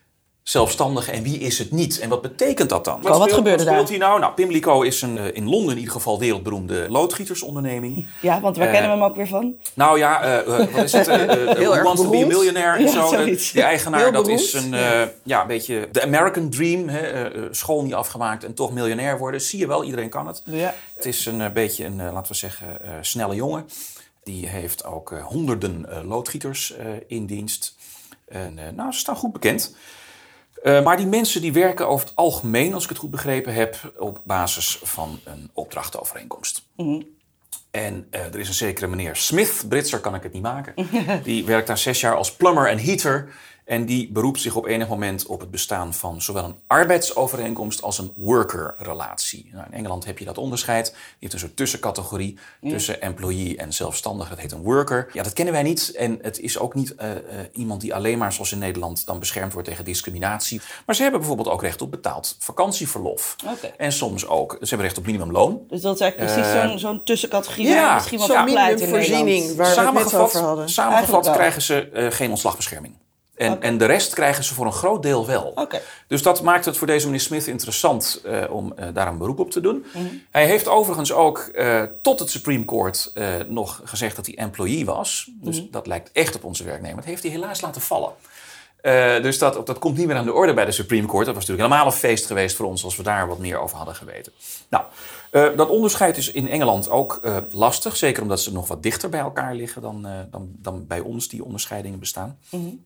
zelfstandige en wie is het niet? En wat betekent dat dan? Wat, wat gebeurde daar? Wat speelt daar? hij nou? Nou, Pimlico is een, uh, in Londen in ieder geval wereldberoemde loodgietersonderneming. Ja, want waar uh, kennen we hem ook weer van? Nou ja, uh, uh, wat is het? Uh, uh, Heel Who Wants to be a Millionaire en ja, zo. Uh, die eigenaar, Heel dat beroemd. is een, uh, ja, een beetje de American Dream. Hè? Uh, school niet afgemaakt en toch miljonair worden. Zie je wel, iedereen kan het. Ja. Het is een uh, beetje een, uh, laten we zeggen, uh, snelle jongen. Die heeft ook uh, honderden uh, loodgieters uh, in dienst. En, uh, nou, ze staan goed bekend. Uh, maar die mensen die werken over het algemeen, als ik het goed begrepen heb, op basis van een opdrachtovereenkomst. Mm-hmm. En uh, er is een zekere meneer Smith, Britser kan ik het niet maken. Die werkt daar zes jaar als plumber en heater. En die beroept zich op enig moment op het bestaan van zowel een arbeidsovereenkomst als een worker-relatie. Nou, in Engeland heb je dat onderscheid. Je hebt een soort tussencategorie ja. tussen employee en zelfstandige. Dat heet een worker. Ja, dat kennen wij niet. En het is ook niet uh, uh, iemand die alleen maar, zoals in Nederland, dan beschermd wordt tegen discriminatie. Maar ze hebben bijvoorbeeld ook recht op betaald vakantieverlof. Okay. En soms ook, ze hebben recht op minimumloon. Dus dat is eigenlijk precies uh, zo'n, zo'n tussencategorie. Ja, waar misschien wel zo'n minimumvoorziening waar we het net over hadden. Samengevat krijgen ze uh, geen ontslagbescherming. En, okay. en de rest krijgen ze voor een groot deel wel. Okay. Dus dat maakt het voor deze meneer Smith interessant uh, om uh, daar een beroep op te doen. Mm-hmm. Hij heeft overigens ook uh, tot het Supreme Court uh, nog gezegd dat hij employee was. Dus mm-hmm. dat lijkt echt op onze werknemer. Dat heeft hij helaas laten vallen. Uh, dus dat, dat komt niet meer aan de orde bij de Supreme Court. Dat was natuurlijk helemaal een feest geweest voor ons als we daar wat meer over hadden geweten. Nou, uh, dat onderscheid is in Engeland ook uh, lastig. Zeker omdat ze nog wat dichter bij elkaar liggen dan, uh, dan, dan bij ons die onderscheidingen bestaan. Mm-hmm.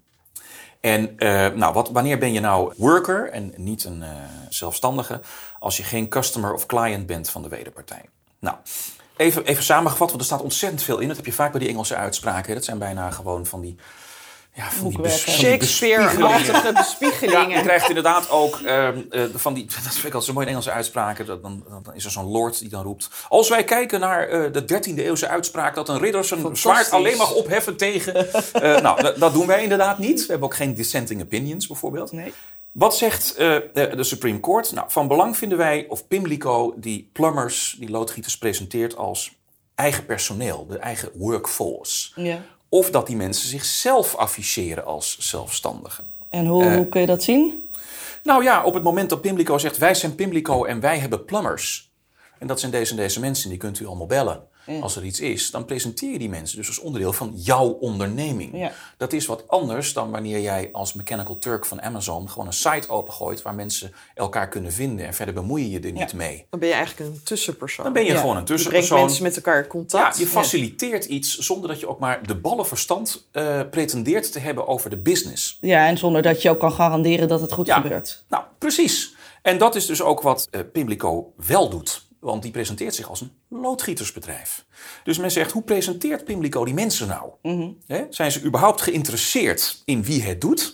En uh, nou, wat, wanneer ben je nou worker en niet een uh, zelfstandige als je geen customer of client bent van de wederpartij? Nou, even, even samengevat, want er staat ontzettend veel in. Dat heb je vaak bij die Engelse uitspraken. Dat zijn bijna gewoon van die... Ja, van die, bes- van die Shakespeare-achtige bespiegelingen. Ja, je krijgt inderdaad ook uh, uh, van die... Dat vind ik altijd zo mooi in Engelse uitspraken. Dan, dan, dan is er zo'n lord die dan roept... Als wij kijken naar uh, de dertiende eeuwse uitspraak... dat een ridder zijn zwaard alleen mag opheffen tegen... Uh, nou, d- dat doen wij inderdaad niet. We hebben ook geen dissenting opinions bijvoorbeeld. Nee. Wat zegt uh, de Supreme Court? Nou, van belang vinden wij of Pimlico die plumbers, die loodgieters presenteert als eigen personeel. De eigen workforce. Ja. Of dat die mensen zichzelf afficheren als zelfstandigen. En hoe, uh, hoe kun je dat zien? Nou ja, op het moment dat Pimlico zegt... wij zijn Pimlico en wij hebben plumbers... en dat zijn deze en deze mensen, die kunt u allemaal bellen... Ja. Als er iets is, dan presenteer je die mensen dus als onderdeel van jouw onderneming. Ja. Dat is wat anders dan wanneer jij als Mechanical Turk van Amazon... gewoon een site opengooit waar mensen elkaar kunnen vinden... en verder bemoei je je er ja. niet mee. Dan ben je eigenlijk een tussenpersoon. Dan ben je ja. gewoon een tussenpersoon. Je brengt mensen met elkaar in contact. Ja, je faciliteert ja. iets zonder dat je ook maar de ballenverstand uh, pretendeert te hebben over de business. Ja, en zonder dat je ook kan garanderen dat het goed ja. gebeurt. Nou, precies. En dat is dus ook wat uh, Pimlico wel doet. Want die presenteert zich als een loodgietersbedrijf. Dus men zegt, hoe presenteert Pimlico die mensen nou? Mm-hmm. He? Zijn ze überhaupt geïnteresseerd in wie het doet?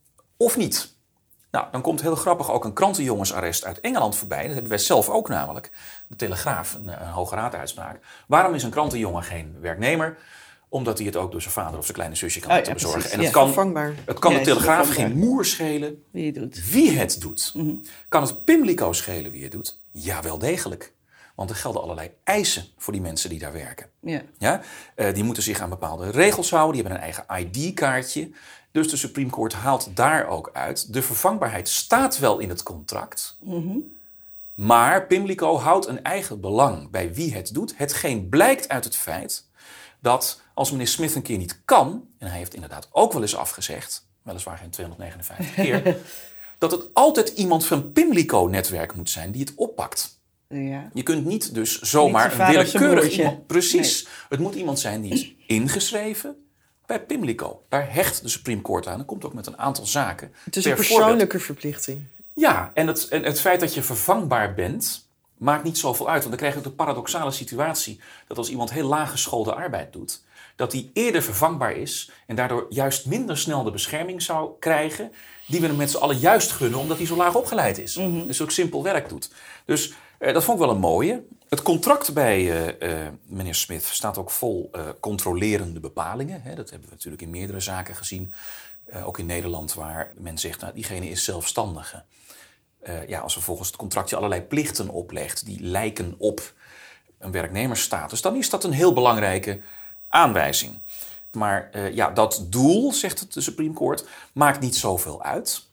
Of niet? Nou, dan komt heel grappig ook een krantenjongensarrest uit Engeland voorbij. Dat hebben wij zelf ook namelijk. De Telegraaf, een, een Hoge Raad uitspraak. Waarom is een krantenjongen geen werknemer? Omdat hij het ook door zijn vader of zijn kleine zusje kan oh, laten ja, bezorgen. Precies, en het ja. kan, vervangbaar. het kan ja, de Telegraaf geen moer schelen wie het doet. Wie het doet. Mm-hmm. Kan het Pimlico schelen wie het doet? Ja, wel degelijk. Want er gelden allerlei eisen voor die mensen die daar werken. Ja. Ja? Uh, die moeten zich aan bepaalde regels houden. Die hebben een eigen I D-kaartje. Dus de Supreme Court haalt daar ook uit. De vervangbaarheid staat wel in het contract. Mm-hmm. Maar Pimlico houdt een eigen belang bij wie het doet. Hetgeen blijkt uit het feit dat als meneer Smith een keer niet kan... en hij heeft inderdaad ook wel eens afgezegd... weliswaar geen tweehonderdnegenenvijftig keer... dat het altijd iemand van Pimlico-netwerk moet zijn die het oppakt. Ja. Je kunt niet dus zomaar niet een willekeurig broertje. iemand... Precies. Nee. Het moet iemand zijn die is ingeschreven bij Pimlico. Daar hecht de Supreme Court aan. En komt ook met een aantal zaken. Het is een persoonlijke verplichting. Ja, en het, en het feit dat je vervangbaar bent... maakt niet zoveel uit. Want dan krijg je de paradoxale situatie... dat als iemand heel laaggeschoolde arbeid doet... dat die eerder vervangbaar is... en daardoor juist minder snel de bescherming zou krijgen... die we hem met z'n allen juist gunnen... omdat hij zo laag opgeleid is. Mm-hmm. Dus ook simpel werk doet. Dus eh, dat vond ik wel een mooie. Het contract bij uh, uh, meneer Smith staat ook vol uh, controlerende bepalingen. Hè. Dat hebben we natuurlijk in meerdere zaken gezien. Uh, ook in Nederland waar men zegt... nou, diegene is zelfstandige. Uh, ja, als er volgens het contractje allerlei plichten oplegt... die lijken op een werknemersstatus... dan is dat een heel belangrijke aanwijzing. Maar uh, ja, dat doel, zegt het de Supreme Court, maakt niet zoveel uit.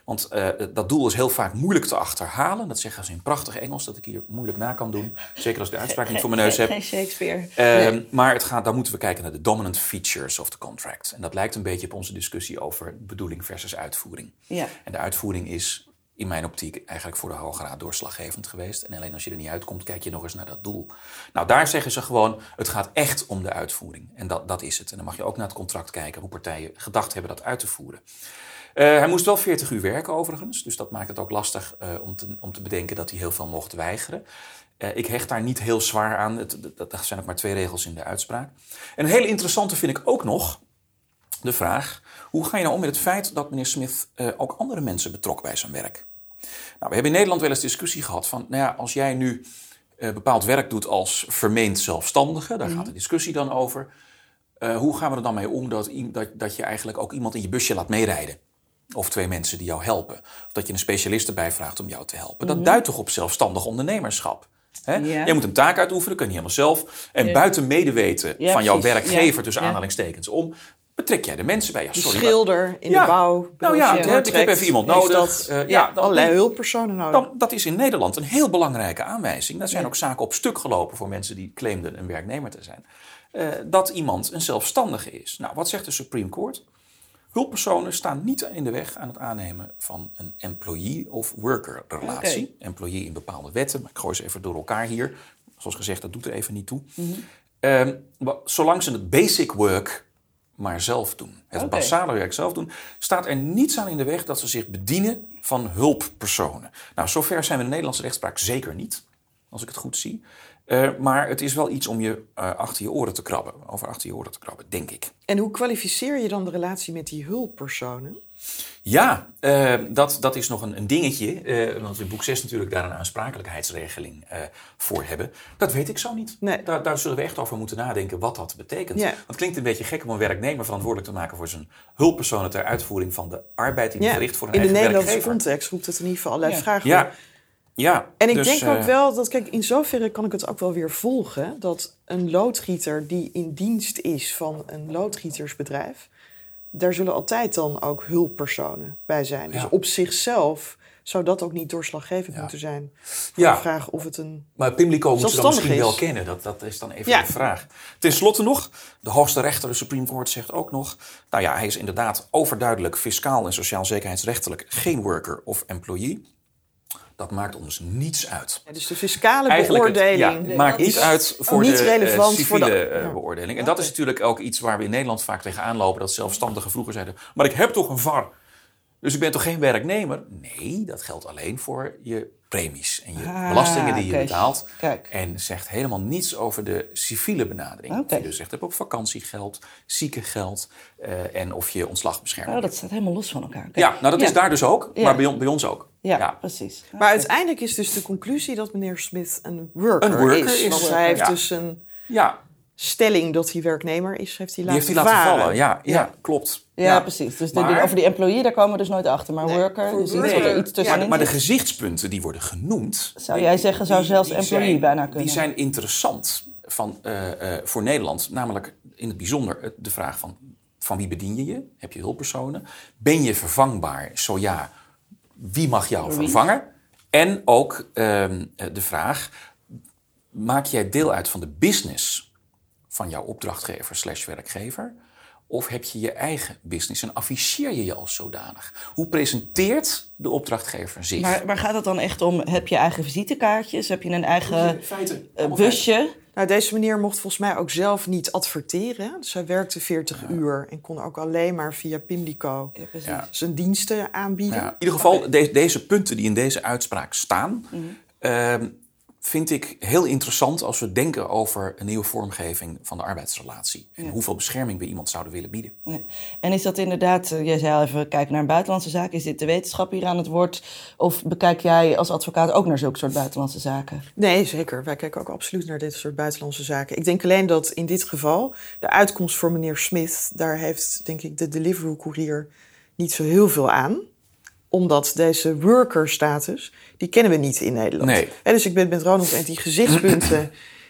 Want uh, dat doel is heel vaak moeilijk te achterhalen. Dat zeggen ze in prachtig Engels, dat ik hier moeilijk na kan doen. Zeker als ik de uitspraak niet voor mijn neus heb. Geen Shakespeare. Uh, nee. Maar het gaat, dan moeten we kijken naar de dominant features of the contract. En dat lijkt een beetje op onze discussie over bedoeling versus uitvoering. Ja. En de uitvoering is in mijn optiek eigenlijk voor de Hoge Raad doorslaggevend geweest. En alleen als je er niet uitkomt, kijk je nog eens naar dat doel. Nou, daar zeggen ze gewoon, het gaat echt om de uitvoering. En dat, dat is het. En dan mag je ook naar het contract kijken hoe partijen gedacht hebben dat uit te voeren. Uh, hij moest wel veertig uur werken overigens. Dus dat maakt het ook lastig uh, om, te, om te bedenken dat hij heel veel mocht weigeren. Uh, ik hecht daar niet heel zwaar aan. Het, dat, dat zijn ook maar twee regels in de uitspraak. En een hele interessante vind ik ook nog de vraag, hoe ga je nou om met het feit dat meneer Smith uh, ook andere mensen betrok bij zijn werk? Nou, we hebben in Nederland wel eens discussie gehad van, nou ja, als jij nu uh, bepaald werk doet als vermeend zelfstandige, daar mm. gaat de discussie dan over. Uh, hoe gaan we er dan mee om dat, dat, dat je eigenlijk ook iemand in je busje laat meerijden? Of twee mensen die jou helpen. Of dat je een specialist erbij vraagt om jou te helpen. Dat mm. duidt toch op zelfstandig ondernemerschap? Hè? Ja. Jij moet een taak uitoefenen, kun je helemaal zelf. En ja. buiten medeweten ja, van jouw precies. werkgever, ja. tussen ja. aanhalingstekens om, betrek jij de mensen bij. Ja, sorry, de schilder in ja. de bouw. Nou ja, ja ik heb even iemand nodig. Dat, uh, ja, ja, dan, allerlei hulppersonen nodig. Dan, dat is in Nederland een heel belangrijke aanwijzing. Daar zijn ja. ook zaken op stuk gelopen voor mensen die claimden een werknemer te zijn. Uh, dat iemand een zelfstandige is. Nou, wat zegt de Supreme Court? Hulppersonen staan niet in de weg aan het aannemen van een employee- of worker-relatie. Okay. Employee in bepaalde wetten, maar ik gooi ze even door elkaar hier. Zoals gezegd, dat doet er even niet toe. Mm-hmm. Um, zolang ze het basic work maar zelf doen, het okay. basale werk zelf doen, staat er niets aan in de weg dat ze zich bedienen van hulppersonen. Nou, zover zijn we in de Nederlandse rechtspraak zeker niet, als ik het goed zie. Uh, maar het is wel iets om je uh, achter je oren te krabben. Over achter je oren te krabben, denk ik. En hoe kwalificeer je dan de relatie met die hulppersonen? Ja, uh, dat, dat is nog een, een dingetje. Uh, want we in boek zes natuurlijk daar een aansprakelijkheidsregeling uh, voor hebben. Dat weet ik zo niet. Nee. Daar, daar zullen we echt over moeten nadenken wat dat betekent. Ja. Want het klinkt een beetje gek om een werknemer verantwoordelijk te maken voor zijn hulppersonen ter uitvoering van de arbeid die hij ja. verricht voor een in eigen werkgever. In de Nederlandse context roept het in ieder geval allerlei ja. vragen ja. op. Ja, en ik dus, denk ook uh, wel dat, kijk, in zoverre kan ik het ook wel weer volgen, dat een loodgieter die in dienst is van een loodgietersbedrijf, daar zullen altijd dan ook hulppersonen bij zijn. Ja. Dus op zichzelf zou dat ook niet doorslaggevend ja. moeten zijn. Voor ja. de vraag of het een Maar Pimlico moet ze dan misschien is. wel kennen. Dat, dat is dan even ja. de vraag. Ten slotte nog, de hoogste rechter, de Supreme Court, zegt ook nog, nou ja, hij is inderdaad overduidelijk fiscaal en sociaal-zekerheidsrechtelijk geen worker of employee. Dat maakt ons niets uit. Ja, dus de fiscale Eigenlijk beoordeling... Het, ja, maakt niet uit voor niet de uh, civiele voor de, uh, beoordeling. En dat is natuurlijk ook iets waar we in Nederland vaak tegenaan lopen. Dat zelfstandigen vroeger zeiden, maar ik heb toch een V A R. Dus ik ben toch geen werknemer? Nee, dat geldt alleen voor je premies en je ah, belastingen die je kijk, betaalt. Kijk. En zegt helemaal niets over de civiele benadering. Okay. Of je dus zegt op vakantiegeld, ziekengeld uh, en of je ontslagbescherming. Oh, dat staat helemaal los van elkaar. Okay. Ja, nou dat ja. is daar dus ook, ja. maar bij, on, bij ons ook. Ja, ja. precies. Maar okay. uiteindelijk is dus de conclusie dat meneer Smith een worker, een worker is. is. Want hij heeft ja. dus een ja. stelling dat hij werknemer is, heeft hij laten, die heeft hij laten vallen. Ja, ja, ja. klopt. Ja, ja, precies. Dus maar, de, over die employee, daar komen we dus nooit achter. Maar nee, worker, dus iets, nee. er iets tussenin. Ja, maar de gezichtspunten die worden genoemd... Zou jij zeggen, zou zelfs die, die employee zijn, bijna kunnen? Die zijn interessant van, uh, uh, voor Nederland. Namelijk in het bijzonder de vraag van, van wie bedien je je? Heb je hulppersonen? Ben je vervangbaar? Zo ja, wie mag jou vervangen? En ook uh, de vraag, maak jij deel uit van de business van jouw opdrachtgever slash werkgever? Of heb je je eigen business en afficheer je je als zodanig? Hoe presenteert de opdrachtgever zich? Maar, maar gaat het dan echt om, heb je eigen visitekaartjes? Heb je een eigen feiten, uh, busje? Feiten. Nou, deze meneer mocht volgens mij ook zelf niet adverteren. Dus hij werkte veertig ja. uur en kon ook alleen maar via Pimlico ja, zijn diensten aanbieden. Ja. In ieder geval, okay. de, deze punten die in deze uitspraak staan... Mm-hmm. Uh, vind ik heel interessant als we denken over een nieuwe vormgeving van de arbeidsrelatie. En ja. hoeveel bescherming we iemand zouden willen bieden. Ja. En is dat inderdaad, jij zei al even, kijk naar een buitenlandse zaak. Is dit de wetenschap hier aan het woord? Of bekijk jij als advocaat ook naar zulke soort buitenlandse zaken? Nee, zeker. Wij kijken ook absoluut naar dit soort buitenlandse zaken. Ik denk alleen dat in dit geval de uitkomst voor meneer Smith, daar heeft denk ik de Deliveroo Courier niet zo heel veel aan. Omdat deze worker-status, die kennen we niet in Nederland. Nee. He, dus ik ben met Ronald en die gezichtspunten,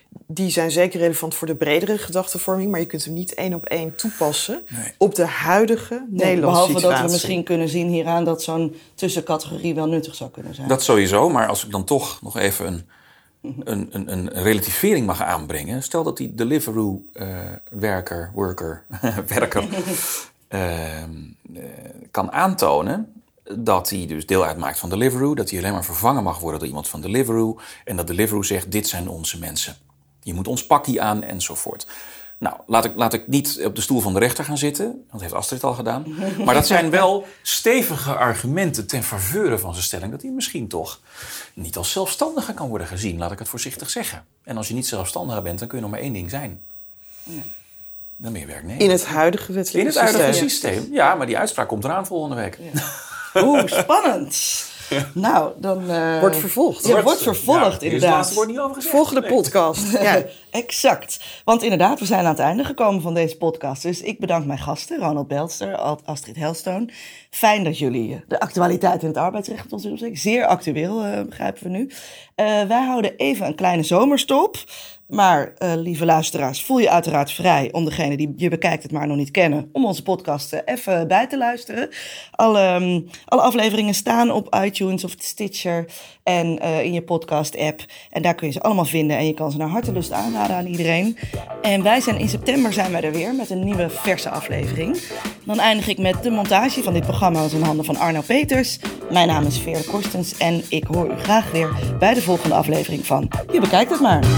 die zijn zeker relevant voor de bredere gedachtenvorming, maar je kunt hem niet één op één toepassen Nee. op de huidige Nee, Nederlandse behalve situatie. dat we misschien kunnen zien hieraan dat zo'n tussencategorie wel nuttig zou kunnen zijn. Dat sowieso, maar als ik dan toch nog even een, een, een, een relativering mag aanbrengen. Stel dat die Deliveroo-werker, worker, werker uh, uh, kan aantonen dat hij dus deel uitmaakt van Deliveroo, dat hij alleen maar vervangen mag worden door iemand van Deliveroo en dat Deliveroo zegt, dit zijn onze mensen. Je moet ons pakkie aan, enzovoort. Nou, laat ik, laat ik niet op de stoel van de rechter gaan zitten. Dat heeft Astrid al gedaan. Maar dat zijn wel stevige argumenten ten faveur van zijn stelling, dat hij misschien toch niet als zelfstandige kan worden gezien. Laat ik het voorzichtig zeggen. En als je niet zelfstandige bent, dan kun je nog maar één ding zijn. Ja. Dan ben je werknemer. In het huidige wettelijke In het huidige systeem. systeem. Ja, maar die uitspraak komt eraan volgende week. Ja. Oeh, spannend. Nou, dan... Uh... Wordt vervolgd. Ja, wordt, wordt vervolgd, ja, inderdaad. laatste woord niet over gezegd. Volgende podcast. Ja. Exact. Want inderdaad, we zijn aan het einde gekomen van deze podcast. Dus ik bedank mijn gasten, Ronald Belster, Astrid Helstone. Fijn dat jullie de actualiteit in het arbeidsrecht met ons willen bespreken. Zeer actueel, uh, begrijpen we nu. Uh, wij houden even een kleine zomerstop. Maar uh, lieve luisteraars, voel je uiteraard vrij om degene die je bekijkt het maar nog niet kennen, om onze podcast uh, even bij te luisteren. Alle, um, alle afleveringen staan op iTunes of Stitcher en uh, in je podcast app. En daar kun je ze allemaal vinden en je kan ze naar hartelust aanraden aan iedereen. En wij zijn in september zijn wij er weer met een nieuwe verse aflevering. Dan eindig ik met de montage van dit programma in handen van Arno Peters. Mijn naam is Veerle Korstens en ik hoor u graag weer bij de volgende aflevering van Je Bekijkt Het Maar.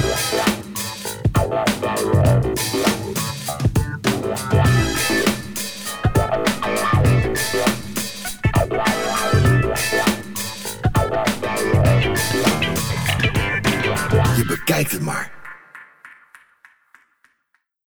Je bekijkt het maar.